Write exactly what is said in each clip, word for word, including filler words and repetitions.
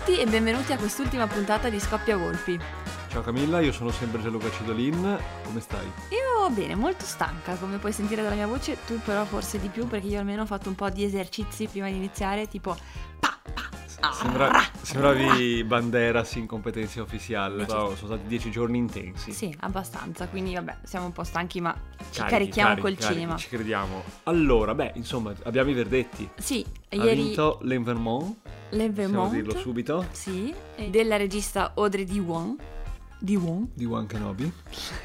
tutti e benvenuti a quest'ultima puntata di Scoppia Volpi. Ciao Camilla, io sono sempre Gianluca Cidolin, come stai? Io bene, molto stanca, come puoi sentire dalla mia voce, tu però forse di più, perché io almeno ho fatto un po' di esercizi prima di iniziare, tipo pa, pa, Sembra, arra, sembravi Banderas in competenza ufficiale, Invece- sono, sono stati dieci giorni intensi. Sì, abbastanza, quindi vabbè, siamo un po' stanchi, ma ci Carichi, carichiamo carichi, col carichi, cinema. Ci crediamo. Allora, beh, insomma, abbiamo i verdetti. Sì, Ha ieri vinto l'Envermont, Le possiamo Vermont, dirlo subito, sì, della regista Audrey Diwan, Diwan di Wan Kenobi.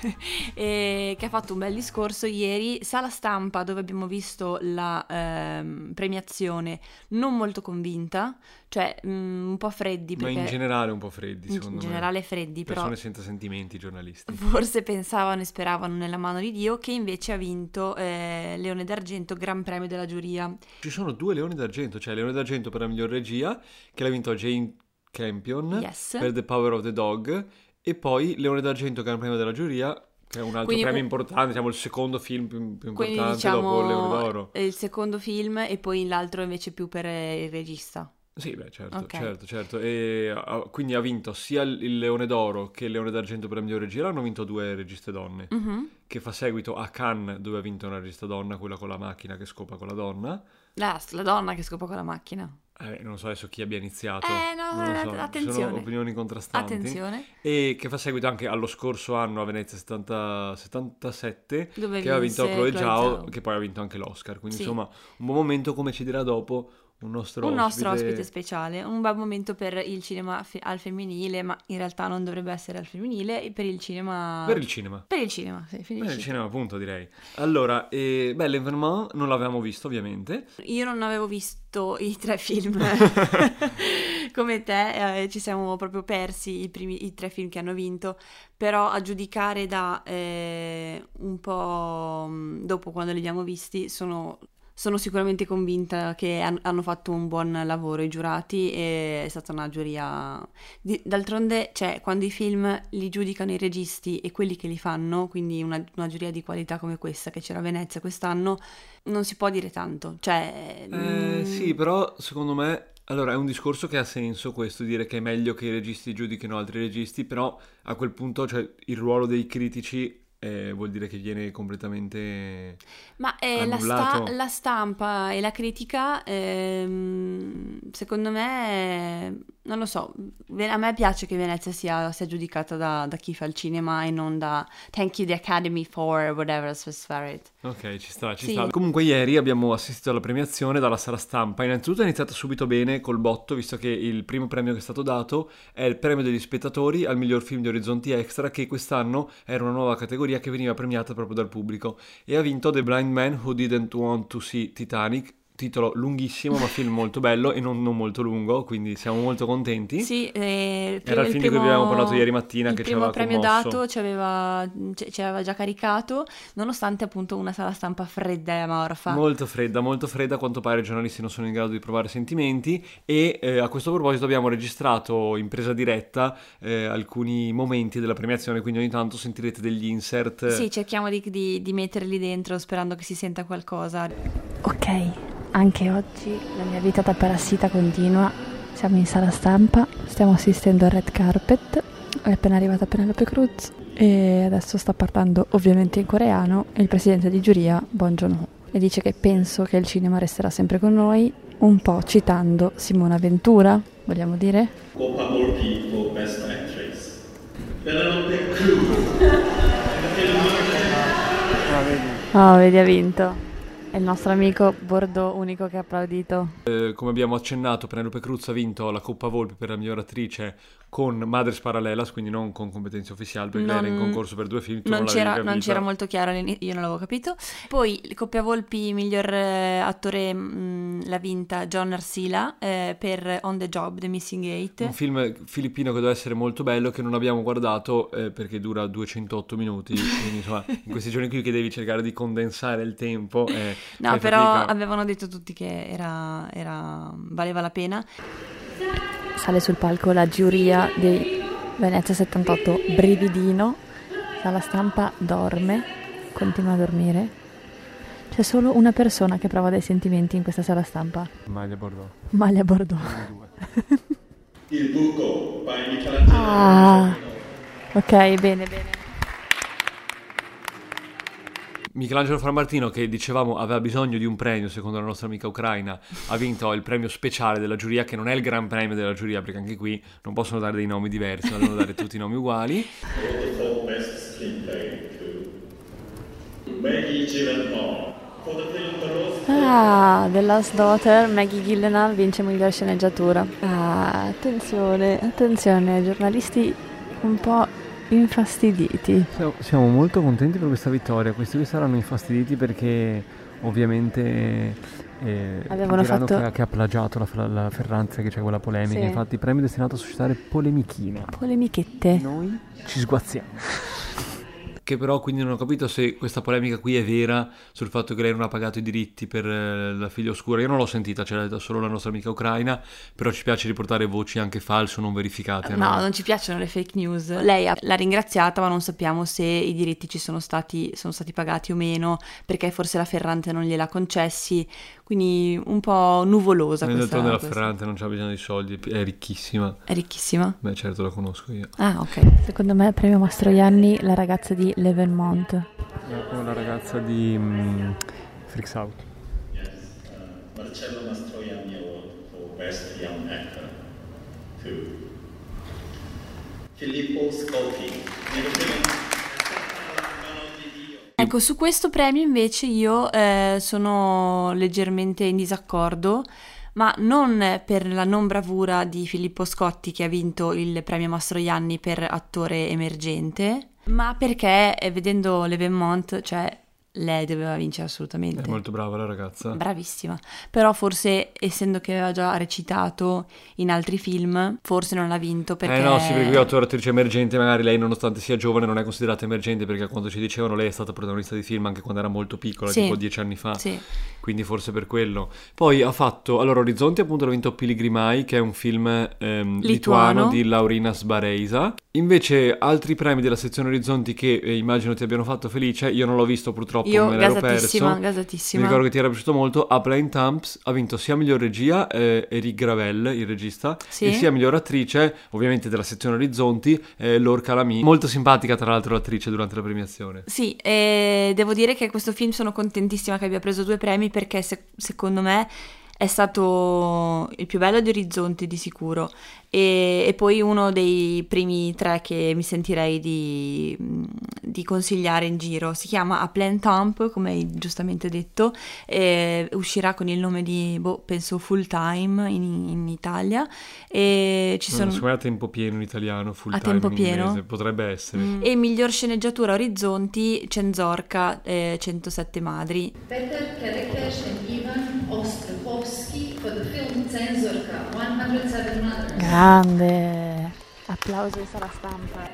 e che ha fatto un bel discorso ieri. Sala stampa dove abbiamo visto la ehm, premiazione, non molto convinta, cioè mm, un po' freddi, Ma perché in generale un po' freddi, in secondo me. generale freddi, Persone però senza sentimenti, giornalisti. forse pensavano e speravano nella mano di Dio, che invece ha vinto eh, Leone d'Argento, Gran Premio della giuria. Ci sono due Leoni d'Argento, cioè Leone d'Argento per la miglior regia, che l'ha vinto Jane Campion Yes. per The Power of the Dog, e poi Leone d'Argento Gran Premio della giuria, che è un altro Quindi premio un- importante, diciamo il secondo film più, più Quindi importante dopo il Leone diciamo d'Oro. è il secondo film e poi l'altro invece più per eh, il regista. Sì, beh, certo, Ok. certo, certo. E ha- quindi ha vinto sia il il Leone d'Oro che il Leone d'Argento per la miglior regia, l'hanno vinto due registe donne, Mhm. che fa seguito a Cannes, dove ha vinto una regista donna, quella con la macchina che scopa con la donna. La, la donna che scopa con la macchina. Eh, non so adesso chi abbia iniziato. Eh, no, non lo eh, so, ci attenzione. sono opinioni contrastanti. Attenzione. E che fa seguito anche allo scorso anno a Venezia settanta settantasette, Dove che aveva vinto vinse Chloe Chloe Zhao, Zhao. che poi ha vinto anche l'Oscar. Quindi Sì. insomma un buon momento, come ci dirà dopo un nostro Un ospite. nostro ospite speciale, un bel momento per il cinema fe- al femminile, ma in realtà non dovrebbe essere al femminile, e per il cinema... Per il cinema. Per il cinema, sì, Per finisci. il cinema, appunto, direi. Allora, eh, beh, l'Envermont non l'avevamo visto, ovviamente. Io non avevo visto i tre film come te, eh, ci siamo proprio persi i, primi, i tre film che hanno vinto, però a giudicare da eh, un po' mh, dopo, quando li abbiamo visti, sono... Sono sicuramente convinta che han- hanno fatto un buon lavoro i giurati, e è stata una giuria... di- D'altronde, cioè, quando i film li giudicano i registi e quelli che li fanno, quindi una, una giuria di qualità come questa che c'era a Venezia quest'anno, non si può dire tanto. Cioè... Eh, mm, sì, però secondo me, allora è un discorso che ha senso questo, dire che è meglio che i registi giudichino altri registi, però a quel punto, cioè, il ruolo dei critici eh, vuol dire che viene completamente Ma eh, la, annullato. sta- la stampa e la critica, ehm, secondo me, non lo so, ve- a me piace che Venezia sia, sia giudicata da, da chi fa il cinema e non da Thank you the Academy for whatever was for it. Ok, ci sta, ci Sì. sta. Comunque ieri abbiamo assistito alla premiazione dalla sala stampa. Innanzitutto è iniziata subito bene col botto, visto che il primo premio che è stato dato è il premio degli spettatori al miglior film di Orizzonti Extra, che quest'anno era una nuova categoria che veniva premiata proprio dal pubblico. E ha vinto The Blind Man Who Didn't Want to See Titanic, titolo lunghissimo ma film molto bello e non, non molto lungo, quindi siamo molto contenti. Sì, eh, Era il film di cui avevamo parlato ieri mattina, il che ci primo aveva premio commosso. dato ci aveva, ci, ci aveva già caricato, nonostante appunto una sala stampa fredda e amorfa. Molto fredda, molto fredda, a quanto pare i giornalisti non sono in grado di provare sentimenti, e eh, a questo proposito abbiamo registrato in presa diretta eh, alcuni momenti della premiazione, quindi ogni tanto sentirete degli insert. Sì, cerchiamo di, di, di metterli dentro sperando che si senta qualcosa. Ok, anche oggi la mia vita da parassita continua. Siamo in sala stampa, stiamo assistendo al red carpet, è appena arrivata Penelope Cruz e adesso sta parlando ovviamente in coreano il presidente di giuria, Bong Joon-ho, e dice che penso che il cinema resterà sempre con noi, un po' citando Simona Ventura, vogliamo dire? Coppa Volpi for Best Actress. Penelope Cruz. Oh, vedi, ha vinto. È il nostro amico Bordeaux, unico che ha applaudito. Eh, come abbiamo accennato, Penelope Cruz ha vinto la Coppa Volpi per la miglior attrice con Madres Paralelas, quindi non con competenza ufficiale, perché lei era in Non- concorso per due film, tu Non non, l'avevi c'era, capito. non c'era molto chiaro, all'ini- io non l'avevo capito. Poi Coppia Volpi, miglior eh, attore, mh, l'ha vinta John Arcila eh, per On the Job, The Missing Eight. Un film filippino che doveva essere molto bello, che non abbiamo guardato eh, perché dura duecentootto minuti, quindi insomma in questi giorni qui che devi cercare di condensare il tempo eh, No, fai però fatica. avevano detto tutti che era, era- valeva la pena. Sale sul palco la giuria di Venezia settantotto, brividino, sala stampa dorme, continua a dormire. C'è solo una persona che prova dei sentimenti in questa sala stampa, Maglia Bordeaux. Maglia Bordeaux. Due. Il buco by Michelangelo. Ah, ok, bene, bene. Michelangelo Frammartino, che dicevamo aveva bisogno di un premio secondo la nostra amica ucraina, ha vinto il premio speciale della giuria, che non è il gran premio della giuria, perché anche qui non possono dare dei nomi diversi, ma devono dare tutti i nomi uguali. For best screenplay to Maggie Gyllenhaal for the film The Rose. Ah, The Last Daughter, Maggie Gyllenhaal vince miglior sceneggiatura. Ah, attenzione, attenzione, giornalisti un po' infastiditi. Siamo, siamo molto contenti per questa vittoria. Questi qui saranno infastiditi perché ovviamente eh, Avevano diranno fatto- che, ha- che ha plagiato la, la Ferranza, che c'è quella polemica. Sì. Infatti il premio è destinato a suscitare polemichine. Polemichette. Noi ci sguazziamo. Che però quindi non ho capito se questa polemica qui è vera sul fatto che lei non ha pagato i diritti per eh, la figlia oscura. Io non l'ho sentita, ce l'ha detta solo la nostra amica ucraina, però ci piace riportare voci anche false o non verificate. No, non ci piacciono le fake news. Lei ha- l'ha ringraziata, ma non sappiamo se i diritti ci sono stati, sono stati pagati o meno, perché forse la Ferrante non gliel'ha concessi, quindi un po' nuvolosa Nel questa. d'altronde la questa- Ferrante non c'ha bisogno di soldi, è ricchissima. È ricchissima. Beh, certo, la conosco io. Ah, ok. Secondo me, premio Mastroianni, la ragazza di Levenmont. La, la ragazza di mm, Freaks Out. Yes, uh, Marcello Mastroianni Award for Best Young Actor to Filippo Scotti nel film Mano di Dio. Ecco, su questo premio invece io eh, sono leggermente in disaccordo, ma non per la non bravura di Filippo Scotti, che ha vinto il premio Mastroianni per attore emergente, ma perché eh, vedendo Levenmont, cioè lei doveva vincere assolutamente. È molto brava la ragazza. Bravissima, però forse essendo che aveva già recitato in altri film, forse non l'ha vinto perché... Eh no, sì, perché qui attore attrice emergente, magari lei nonostante sia giovane non è considerata emergente, perché quando ci dicevano lei è stata protagonista di film anche quando era molto piccola, Sì. tipo dieci anni fa. Sì. Quindi forse per quello. Poi ha fatto, allora Orizzonti appunto l'ha vinto Pilgrimai, che è un film ehm, lituano. Lituano. Di Laurina Sbareisa. Invece altri premi della sezione Orizzonti che eh, immagino ti abbiano fatto felice, io non l'ho visto purtroppo, Io me l'ero gasatissima, perso. gasatissima. Mi ricordo che ti era piaciuto molto. A Plain Thumps ha vinto sia miglior regia eh, Eric Gravel, il regista, Sì. e sia miglior attrice, ovviamente della sezione Orizzonti, eh, Lorca Lamy. Molto simpatica tra l'altro l'attrice durante la premiazione. Sì, e devo dire che questo film sono contentissima che abbia preso due premi perché se- secondo me è stato il più bello di Orizzonti di sicuro e, e poi uno dei primi tre che mi sentirei di, di consigliare in giro. Si chiama A Plain Thump, come hai giustamente detto, e uscirà con il nome di, boh, penso Full Time in, in Italia e ci No, sono... secondo me a tempo pieno in italiano, full A time tempo in pieno? inglese, potrebbe essere. Mm. E miglior sceneggiatura Orizzonti, Cenzorca, eh, centosette Madri. Peter Kerekes and Ivan Ostrovsky for the film Cenzorka, centosette Mothers. Grande. Applauso di sala stampa.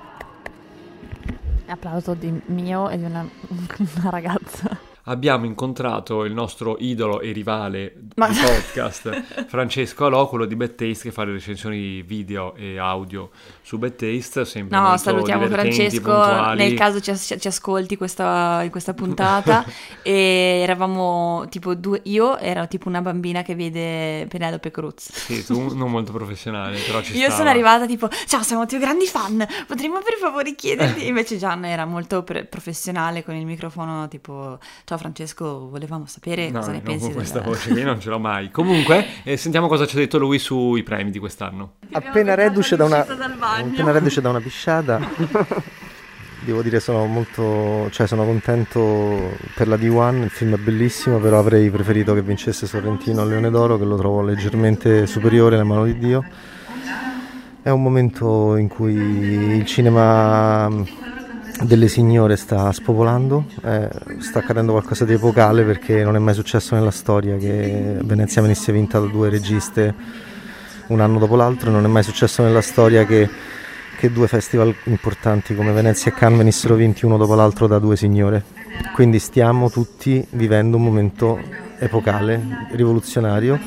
Applauso di mio e di una, una ragazza. Abbiamo incontrato il nostro idolo e rivale Ma- di podcast, Francesco Alò, quello di Bad Taste, che fa le recensioni video e audio su Bad Taste, sempre No, molto salutiamo divertenti, Francesco, puntuali. nel caso ci, as- ci ascolti questa, in questa puntata. E eravamo tipo due, io ero tipo una bambina che vede Penelope Cruz. Sì, tu non molto professionale, però ci Io stava. sono arrivata tipo, ciao, siamo tuoi grandi fan, potremmo per favore chiederti? Invece Gianna era molto pre- professionale con il microfono, tipo, ciao Francesco, volevamo sapere No, cosa ne no, pensi con questa della... voce qui non ce l'ho mai. Comunque, eh, sentiamo cosa ci ha detto lui sui premi di quest'anno. Appena reduce da una, Uscita dal bagno. appena reduce da una pisciata, devo dire sono molto, cioè sono contento per la D uno, il film è bellissimo, però avrei preferito che vincesse Sorrentino al Leone d'Oro, che lo trovo leggermente superiore alla Mano di Dio. È un momento in cui il cinema delle signore sta spopolando, eh, sta accadendo qualcosa di epocale perché non è mai successo nella storia che Venezia venisse vinta da due registe un anno dopo l'altro, non è mai successo nella storia che, che due festival importanti come Venezia e Cannes venissero vinti uno dopo l'altro da due signore. Quindi stiamo tutti vivendo un momento epocale, rivoluzionario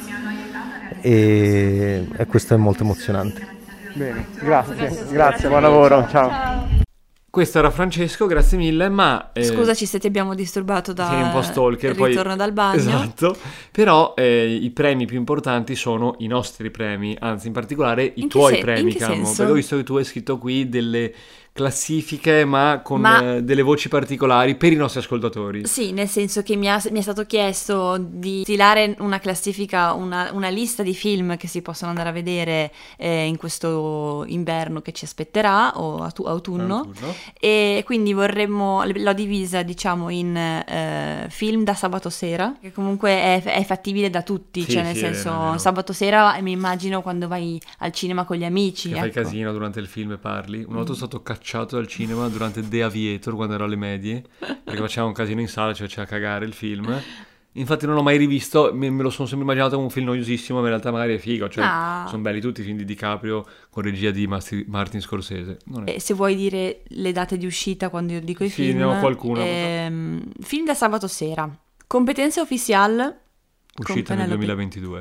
e, e questo è molto emozionante. Bene, grazie, grazie, buon lavoro, ciao. Questo era Francesco, grazie mille, ma... Eh, Scusaci se ti abbiamo disturbato da sei un po' stalker, il poi... ritorno dal bagno. Esatto, però eh, i premi più importanti sono i nostri premi, anzi in particolare i In che tuoi se- premi, in che Camo, senso? perché ho visto che tu hai scritto qui delle classifiche ma con Ma- eh, delle voci particolari per i nostri ascoltatori. Sì, nel senso che mi, ha- mi è stato chiesto di stilare una classifica, una, una lista di film che si possono andare a vedere eh, in questo inverno che ci aspetterà, o autu- autunno, Autunno. e quindi vorremmo, l'ho divisa diciamo in eh, film da sabato sera, che comunque è, è fattibile da tutti, Sì, cioè nel sì, è senso vero, è vero. sabato sera mi immagino quando vai al cinema con gli amici, Che fai ecco. casino durante il film e parli. Una volta sono stato cacciato dal cinema durante The Aviator quando ero alle medie, perché faceva un casino in sala, cioè faceva cagare il film. Infatti non l'ho mai rivisto, me, me lo sono sempre immaginato come un film noiosissimo, ma in realtà magari è figo, cioè Ah. sono belli tutti i film di DiCaprio con regia di Masti- Martin Scorsese. Non è... E se vuoi dire le date di uscita quando io dico i Sì, film, ne ho qualcuna. ehm, film da sabato sera, Competenza Ufficial, Uscita con nel Penelope- duemilaventidue,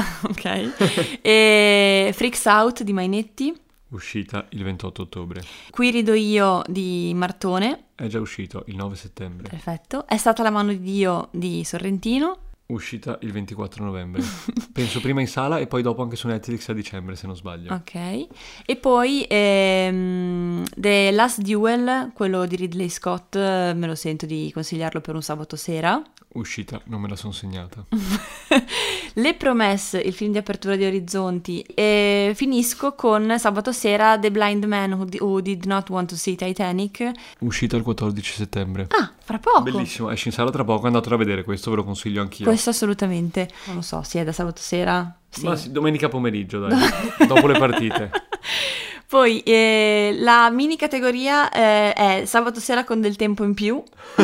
ok, e Freaks Out di Mainetti, uscita il ventotto ottobre. Qui rido io di Martone, È già uscito il nove settembre, perfetto, È stata la mano di Dio di Sorrentino, uscita il ventiquattro novembre. Penso prima in sala e poi dopo anche su Netflix a dicembre, se non sbaglio. ok, e poi ehm, The Last Duel, quello di Ridley Scott, eh, me lo sento di consigliarlo per un sabato sera. Uscita, non me la sono segnata. Le promesse, il film di apertura di orizzonti, e finisco con sabato sera The Blind Man Who, Di- Who Did Not Want to See Titanic. Uscita il quattordici settembre. Ah, fra poco. Bellissimo, esce in sala tra poco, andatelo a vedere, questo ve lo consiglio anch'io. Questo assolutamente. Non lo so, sì, è da sabato sera. Sì. Ma sì, domenica pomeriggio, dai, dopo le partite. Poi eh, la mini categoria eh, è sabato sera con del tempo in più,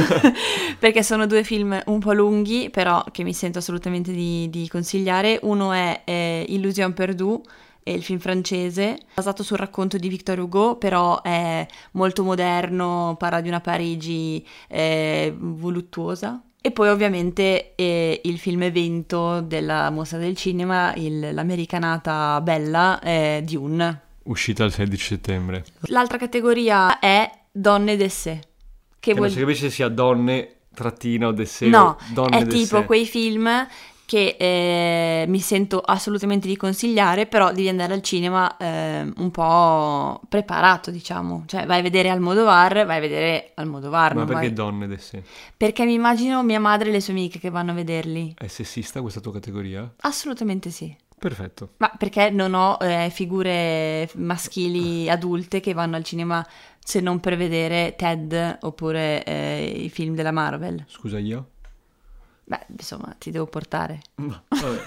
perché sono due film un po' lunghi, però che mi sento assolutamente di, di consigliare. Uno è eh, Illusion perdue, è il film francese, basato sul racconto di Victor Hugo, però è molto moderno, parla di una Parigi eh, voluttuosa. E poi ovviamente eh, il film evento della Mostra del Cinema, il- l'americanata bella, è Dune. Uscita il sedici settembre. L'altra categoria è Donne d'essè, che Che vuol non si capisce se sia donne, trattina o d'essè. No, donne è d'essè. tipo quei film che eh, mi sento assolutamente di consigliare, però devi andare al cinema eh, un po' preparato, diciamo. Cioè vai a vedere Almodovar, vai a vedere Almodovar. Ma non perché vai- donne d'essè? Perché mi immagino mia madre e le sue amiche che vanno a vederli. È sessista questa tua categoria? Assolutamente sì. Perfetto. Ma perché non ho eh, figure maschili adulte che vanno al cinema se non per vedere Ted oppure eh, i film della Marvel? Scusa io? Beh, insomma, ti devo portare. No, vabbè.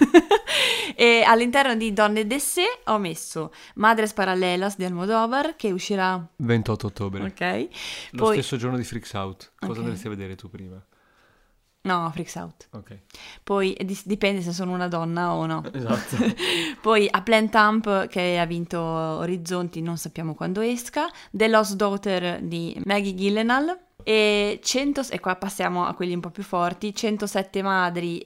E all'interno di Donne d'essè ho messo Madres Paralelas di Almodovar, che uscirà, ventotto ottobre. ok? Lo Poi, stesso giorno di Freaks Out. Cosa Ok. andresti a vedere tu prima? no, Freaks Out. Ok. Poi eh, dis- dipende se sono una donna o no. Esatto. Poi a Plant Amp, che ha vinto Orizzonti, non sappiamo quando esca. The Lost Daughter di Maggie Gyllenhaal. E cento, e qua passiamo a quelli un po' più forti, centosette Madri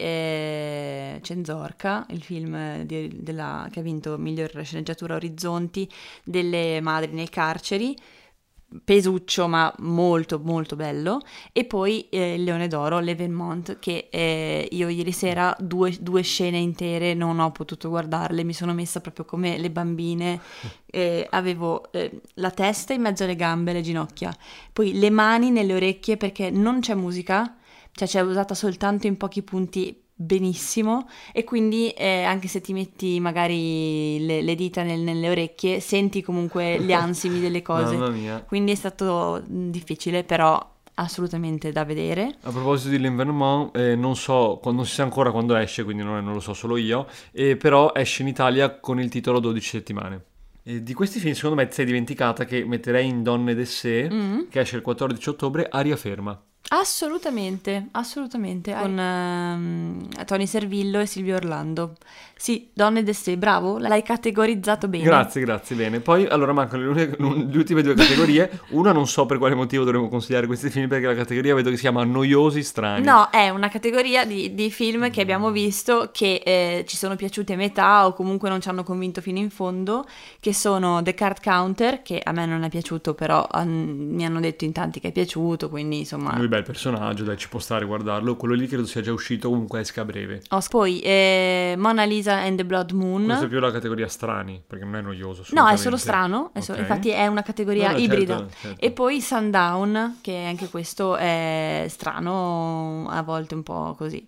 e Cenzorca, il film di- della- che ha vinto miglior sceneggiatura Orizzonti, delle madri nei carceri, pesuccio ma molto molto bello. E poi eh, il Leone d'Oro, l'Evenmont, che eh, io ieri sera due, due scene intere non ho potuto guardarle, mi sono messa proprio come le bambine, eh, avevo eh, la testa in mezzo alle gambe, le ginocchia, poi le mani nelle orecchie perché non c'è musica, cioè c'è usata soltanto in pochi punti benissimo, e quindi eh, anche se ti metti magari le, le dita nel- nelle orecchie senti comunque gli ansimi delle cose. Mamma mia. Quindi è stato mh, difficile, però assolutamente da vedere. A proposito di L'Environnement, eh, non so, qua- non si sa ancora quando esce, quindi non, non lo so solo io, eh, però esce in Italia con il titolo dodici settimane. E di questi film, secondo me, ti sei dimenticata che metterei in Donne d'essè, Mm. che esce il quattordici ottobre, Aria ferma. Assolutamente, assolutamente. Con ehm, Tony Servillo e Silvio Orlando. Sì, Donne d'Este, bravo, l'hai categorizzato bene. Grazie, grazie, bene. Poi, allora, mancano le, uniche- le ultime due categorie. Una, non so per quale motivo dovremmo consigliare questi film, perché la categoria vedo che si chiama noiosi strani. No, è una categoria di, di film che abbiamo visto che eh, ci sono piaciuti a metà o comunque non ci hanno convinto fino in fondo, che sono The Card Counter, che a me non è piaciuto, però um, mi hanno detto in tanti che è piaciuto, quindi insomma... Lui bel personaggio, dai, ci può stare a guardarlo. Quello lì credo sia già uscito, comunque esca a breve. Oh, poi eh, Mona Lisa and the Blood Moon. Questa è più la categoria strani, perché non è noioso. No, è solo strano, è solo- Ok. infatti è una categoria No, no, ibrida. certo, certo. E poi Sundown, che anche questo è strano, a volte un po' così.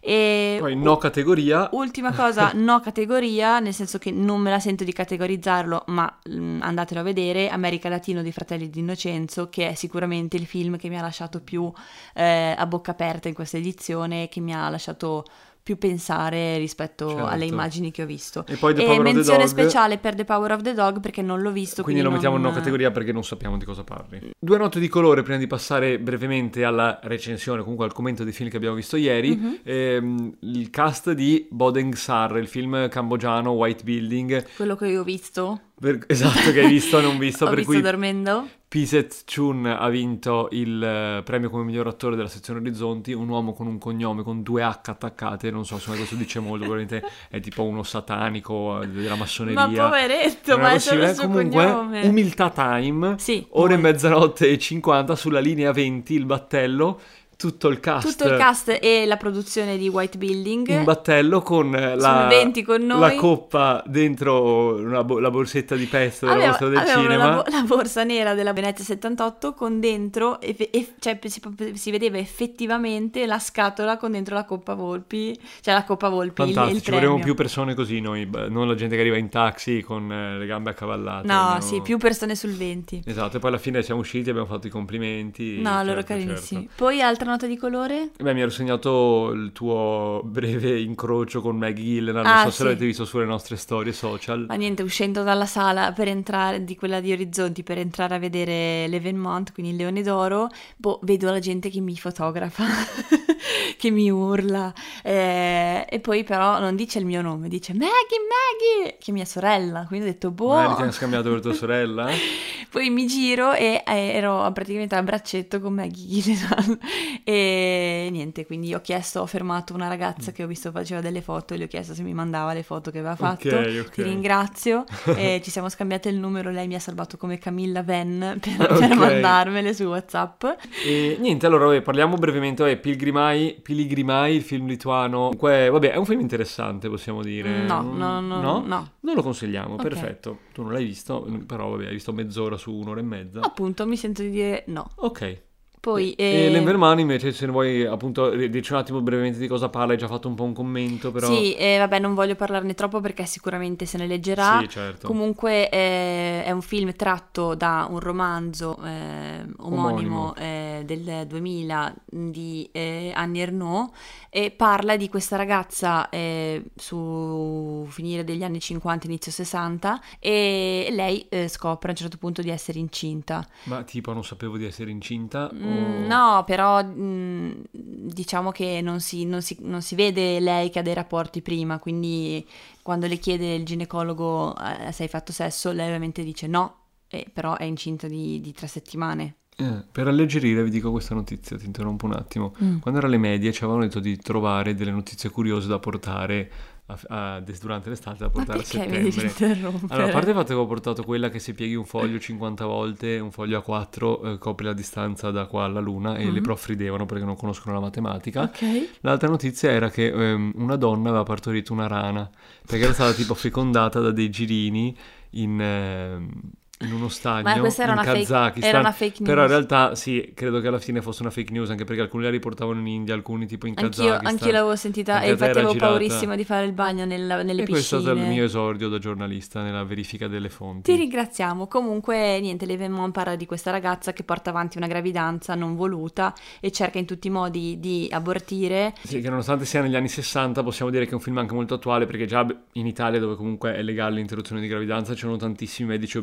E Poi no categoria. ultima cosa, no categoria, nel senso che non me la sento di categorizzarlo, ma mm, andatelo a vedere, America Latino dei Fratelli d'Innocenzo, che è sicuramente il film che mi ha lasciato più eh, a bocca aperta in questa edizione, che mi ha lasciato più pensare rispetto Certo. alle immagini che ho visto. E poi The E Power of the menzione Dog. speciale per The Power of the Dog perché non l'ho visto, Quindi lo non- mettiamo in no categoria perché non sappiamo di cosa parli. Due note di colore prima di passare brevemente alla recensione, comunque al commento dei film che abbiamo visto ieri. Mhm. Ehm, il cast di Bodeng Sar, il film cambogiano White Building. Quello che io ho visto, Per- esatto, che hai visto o non visto, ho per visto cui dormendo. Piset Chun ha vinto il eh, premio come miglior attore della sezione Orizzonti, un uomo con un cognome con due H attaccate, non so se questo dice molto, probabilmente è tipo uno satanico eh, della massoneria. Ma poveretto, Non ma è è solo il possibile. suo Comunque, cognome. Umiltà Time, Sì, ore e molto. mezzanotte e cinquanta sulla linea venti, il battello, tutto il cast. Tutto il cast e la produzione di White Building. In battello con eh, la, Sul venti con noi. la coppa dentro una bo- la borsetta di pesto della Aveva- mostra del avevano cinema. la, bo- la borsa nera della Venezia settantotto con dentro, eff- eff- cioè si, si vedeva effettivamente la scatola con dentro la Coppa Volpi, cioè la Coppa Volpi, il, il Fantastico, ci premio. vorremmo più persone così noi, beh, non la gente che arriva in taxi con eh, le gambe accavallate. No, Abbiamo- sì, più persone sul venti. Esatto, e poi alla fine siamo usciti, abbiamo fatto i complimenti. No, certo, loro carinissimi. certo. Poi altra nota di colore? Beh, mi ero segnato il tuo breve incrocio con Maggie Gyllenhaal, non Ah, so se sì. l'avete visto sulle nostre storie social. Ma niente, uscendo dalla sala per entrare, di quella di Orizzonti, per entrare a vedere l'Evenmont, quindi il Leone d'Oro, boh, vedo la gente che mi fotografa, che mi urla, eh, e poi però non dice il mio nome, dice Maggie, Maggie, che è mia sorella, quindi ho detto, boh. Magari ti hanno scambiato per tua sorella? Poi mi giro e eh, ero praticamente a braccetto con Maggie Gyllenhaal e niente, quindi ho chiesto, ho fermato una ragazza che ho visto faceva delle foto e le ho chiesto se mi mandava le foto che aveva fatto. Ok, ok. Ti ringrazio, e ci siamo scambiate il numero, lei mi ha salvato come Camilla Venn per, Ok. per mandarmele su WhatsApp. E niente, allora vabbè, parliamo brevemente, vabbè, Pilgrimai, Piligrimai, il film lituano. Comunque, vabbè, è un film interessante, possiamo dire. No, no, no, no? no. Non lo consigliamo, Ok. perfetto. Tu non l'hai visto, però vabbè, hai visto mezz'ora su un'ora e mezza. Appunto, mi sento di dire no. Ok. Poi E eh, l'Enverman invece, se ne vuoi appunto dirci un attimo brevemente di cosa parla, hai già fatto un po' un commento, però... sì, eh, vabbè, non voglio parlarne troppo perché sicuramente se ne leggerà. Sì, certo. Comunque eh, è un film tratto da un romanzo eh, omonimo, Omonimo. eh, del duemila di eh, Annie Ernaux, e parla di questa ragazza eh, su finire degli anni cinquanta, inizio sessanta, e lei eh, scopre a un certo punto di essere incinta. Ma tipo non sapevo di essere incinta o... Mm, no, però mm, diciamo che non si, non, si, non si vede lei che ha dei rapporti prima, quindi quando le chiede il ginecologo eh, se hai fatto sesso, lei ovviamente dice no, eh, però è incinta di, di tre settimane. Eh, per alleggerire vi dico questa notizia, ti interrompo un attimo. Mm. Quando ero alle medie ci avevano detto di trovare delle notizie curiose da portare a- a- durante l'estate, da Ma portare a perché mi devi settembre. interrompere? Allora, a parte il fatto che ho portato quella che se pieghi un foglio cinquanta volte, un foglio A quattro, eh, copri la distanza da qua alla luna, e Mhm. le prof ridevano perché non conoscono la matematica. Ok. L'altra notizia era che ehm, una donna aveva partorito una rana, perché era stata tipo fecondata da dei girini in... ehm, in uno stagno Ma questa era in una fake- Kazakistan, era una fake però in news. realtà sì, credo che alla fine fosse una fake news, anche perché alcuni la riportavano in India, alcuni tipo in Anch'io, Kazakistan. anch'io l'avevo sentita Anche e a te infatti era avevo girata. paurissima di fare il bagno nella- nelle E questo è stato il piscine. mio esordio da giornalista nella verifica delle fonti. Ti ringraziamo. Comunque, niente, Levenmont parla di questa ragazza che porta avanti una gravidanza non voluta e cerca in tutti i modi di abortire. Sì, che nonostante sia negli anni sessanta possiamo dire che è un film anche molto attuale, perché già in Italia, dove comunque è legale l'interruzione di gravidanza, c'erano tantissimi medici obiettori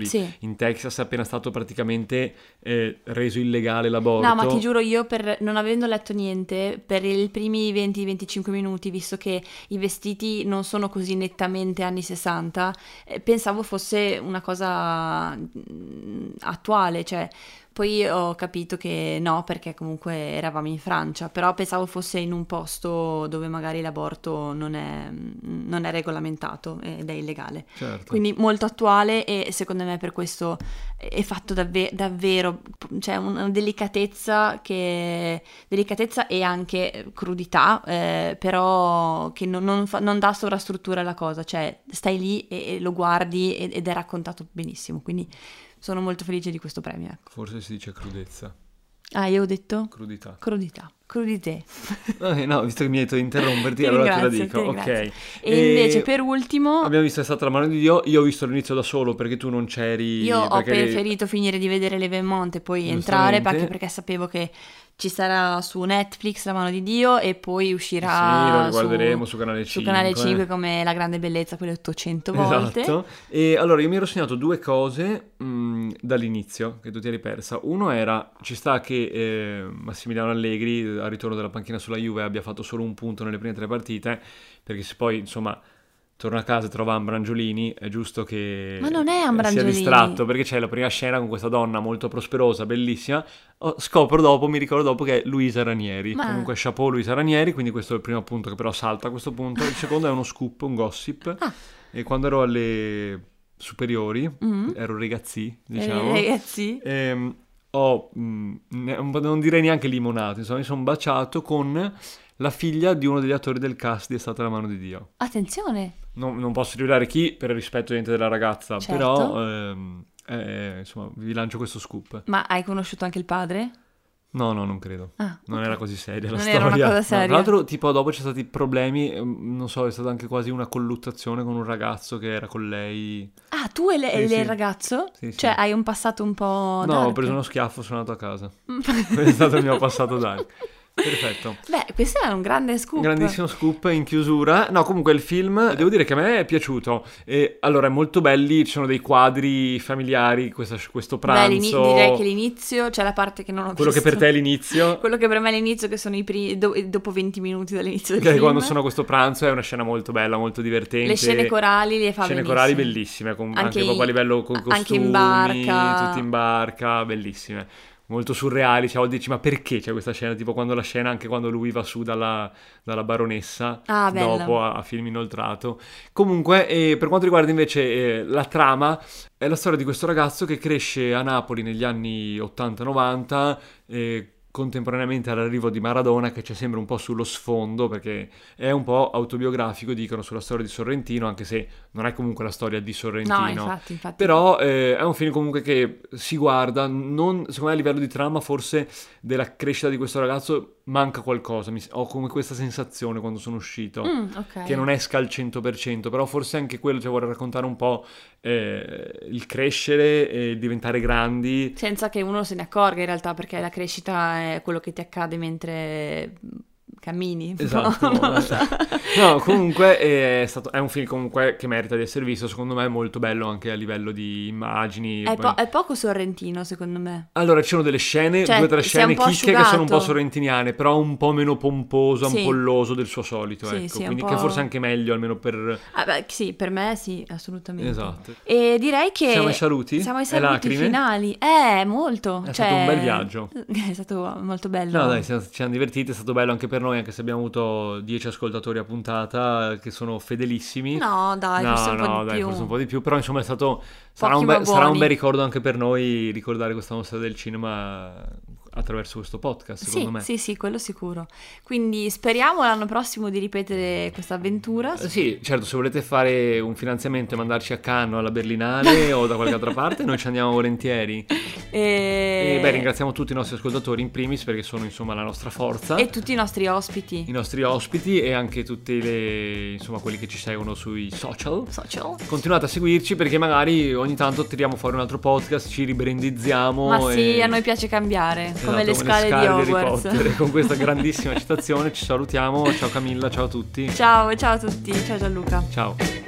ricordi? Sì. In Texas è appena stato praticamente eh, reso illegale l'aborto. No, ma ti giuro, io per non avendo letto niente, per i primi venti venticinque minuti, visto che i vestiti non sono così nettamente anni sessanta, eh, pensavo fosse una cosa mm, attuale, cioè poi ho capito che no, perché comunque eravamo in Francia, però pensavo fosse in un posto dove magari l'aborto non è, non è regolamentato ed è illegale. Certo. Quindi molto attuale, e secondo me per questo è fatto davve- davvero, c'è una delicatezza che delicatezza e anche crudità, eh, però che non, non, fa- non dà sovrastruttura alla cosa, cioè stai lì e, e lo guardi ed, ed è raccontato benissimo, quindi sono molto felice di questo premio, ecco. Forse si dice crudezza. Ah, io ho detto? Crudità. Crudità. Crudité. Eh, no, visto che mi hai detto di interromperti, Ti allora te la ringrazio, dico. ti ringrazio. Ok. E invece per ultimo abbiamo visto È stata la mano di Dio. Io ho visto l'inizio da solo perché tu non c'eri. io ho perché- preferito finire di vedere Le Vermont e poi Giustamente. entrare, perché, perché sapevo che ci sarà su Netflix La mano di Dio e poi uscirà Sì, lo su- riguarderemo su Canale su cinque. Canale cinque come La grande bellezza, quelle ottocento volte. Esatto. E allora io mi ero segnato due cose mh, dall'inizio che tu ti eri persa. Uno era, ci sta che eh, Massimiliano Allegri al ritorno dalla panchina sulla Juve abbia fatto solo un punto nelle prime tre partite, perché se poi insomma torna a casa e trova Ambrangiolini, è giusto che Ma non è sia Ambrangiolini. distratto, perché c'è la prima scena con questa donna molto prosperosa, bellissima. Oh, scopro dopo, mi ricordo dopo che è Luisa Ranieri. Ma- Comunque chapeau Luisa Ranieri, quindi questo è il primo punto che però salta a questo punto. Il secondo è uno scoop, un gossip. Ah. E quando ero alle superiori, Mhm. ero ragazzi, Eh, diciamo, ragazzi, ehm, ho, mh, ne- non direi neanche limonato, insomma mi sono baciato con la figlia di uno degli attori del cast di È stata la mano di Dio. attenzione. Non, non posso rivelare chi per il rispetto ovviamente della ragazza, Certo. però ehm, eh, insomma vi lancio questo scoop. Ma hai conosciuto anche il padre? No, no, non credo. Ah, Non ok. era così seria la Non storia. era una cosa No, seria. tra l'altro, tipo, dopo c'è stati problemi, ehm, non so, è stata anche quasi una colluttazione con un ragazzo che era con lei. Ah, tu e, le- Sì, e sì. il ragazzo? Sì, sì. Cioè, hai un passato un po' No, ho dark. preso uno schiaffo, sono andato a casa. Questo è stato il mio passato dark. Perfetto. Beh, questo è un grande scoop. Grandissimo scoop in chiusura. No, comunque il film, devo dire che a me è piaciuto. E, allora, è molto belli, ci sono dei quadri familiari, questa- questo Beh, l'ini- pranzo. direi che l'inizio, c'è la parte che non ho Quello che visto. per te è l'inizio. Quello che per me è l'inizio, che sono i primi, do- dopo venti minuti dall'inizio del Che film. quando sono a questo pranzo è una scena molto bella, molto divertente. Le scene corali le fa Scene benissimo. corali bellissime, con- anche, Anche i- proprio a livello con anche costumi, in barca. tutti in barca, bellissime. Molto surreali, cioè dici ma perché c'è questa scena? Tipo quando la scena, anche quando lui va su dalla, dalla baronessa, Ah, bella. dopo a, a film inoltrato. Comunque, eh, per quanto riguarda invece eh, la trama, è la storia di questo ragazzo che cresce a Napoli negli anni ottanta novanta, eh, contemporaneamente all'arrivo di Maradona, che c'è sempre un po' sullo sfondo, perché è un po' autobiografico, dicono, sulla storia di Sorrentino, anche se non è comunque la storia di Sorrentino. No, infatti, infatti. Però eh, è un film comunque che si guarda, non, secondo me a livello di trama forse della crescita di questo ragazzo manca qualcosa, mi- ho come questa sensazione quando sono uscito, Mm, ok. che non esca al cento per cento, però forse anche quello, cioè vorrei raccontare un po' eh, il crescere e il diventare grandi. Senza che uno se ne accorga in realtà, perché la crescita è quello che ti accade mentre cammini. un po', Esatto. non lo so. No, comunque è, stato, è un film comunque che merita di essere visto, secondo me è molto bello anche a livello di immagini. È, poi- po- è poco sorrentino, secondo me. Allora, ci sono delle scene, Cioè, due o tre si è un scene po' chicche che sono un po' asciugato. sorrentiniane, però un po' meno pomposo, Sì. ampolloso del suo solito, Sì, ecco. sì, un Quindi po'- che forse è anche meglio, almeno per... Ah, beh, sì, per me sì, assolutamente. Esatto. E direi che Siamo ai saluti? Siamo ai E saluti lacrime? finali. Eh, molto. È cioè- stato un bel viaggio. È stato molto bello. No, dai, siamo- ci siamo divertiti, è stato bello anche per noi, anche se abbiamo avuto dieci ascoltatori a puntata che sono fedelissimi. No, dai, no, forse un po' no, di dai, più. forse un po' di più, però insomma è stato sarà Pochi un, be- ma sarà un buoni. bel ricordo anche per noi ricordare questa mostra del cinema attraverso questo podcast, secondo Sì, me. sì, sì, quello sicuro. Quindi speriamo l'anno prossimo di ripetere questa avventura. Eh, Sì, certo, se volete fare un finanziamento e mandarci a Cannes, alla Berlinale o da qualche altra parte, noi ci andiamo volentieri. E... E beh, ringraziamo tutti i nostri ascoltatori in primis perché sono insomma la nostra forza. e tutti i nostri ospiti. I nostri ospiti e anche tutti le, insomma, quelli che ci seguono sui social. Social. Continuate a seguirci perché magari ogni tanto tiriamo fuori un altro podcast, ci ribrandizziamo. Ma sì, e... a noi piace cambiare, Esatto, come le scale, di Harry Hogwarts. Potter. Con questa grandissima citazione ci salutiamo. Ciao Camilla, ciao a tutti. Ciao, ciao a tutti. Ciao Gianluca. Ciao.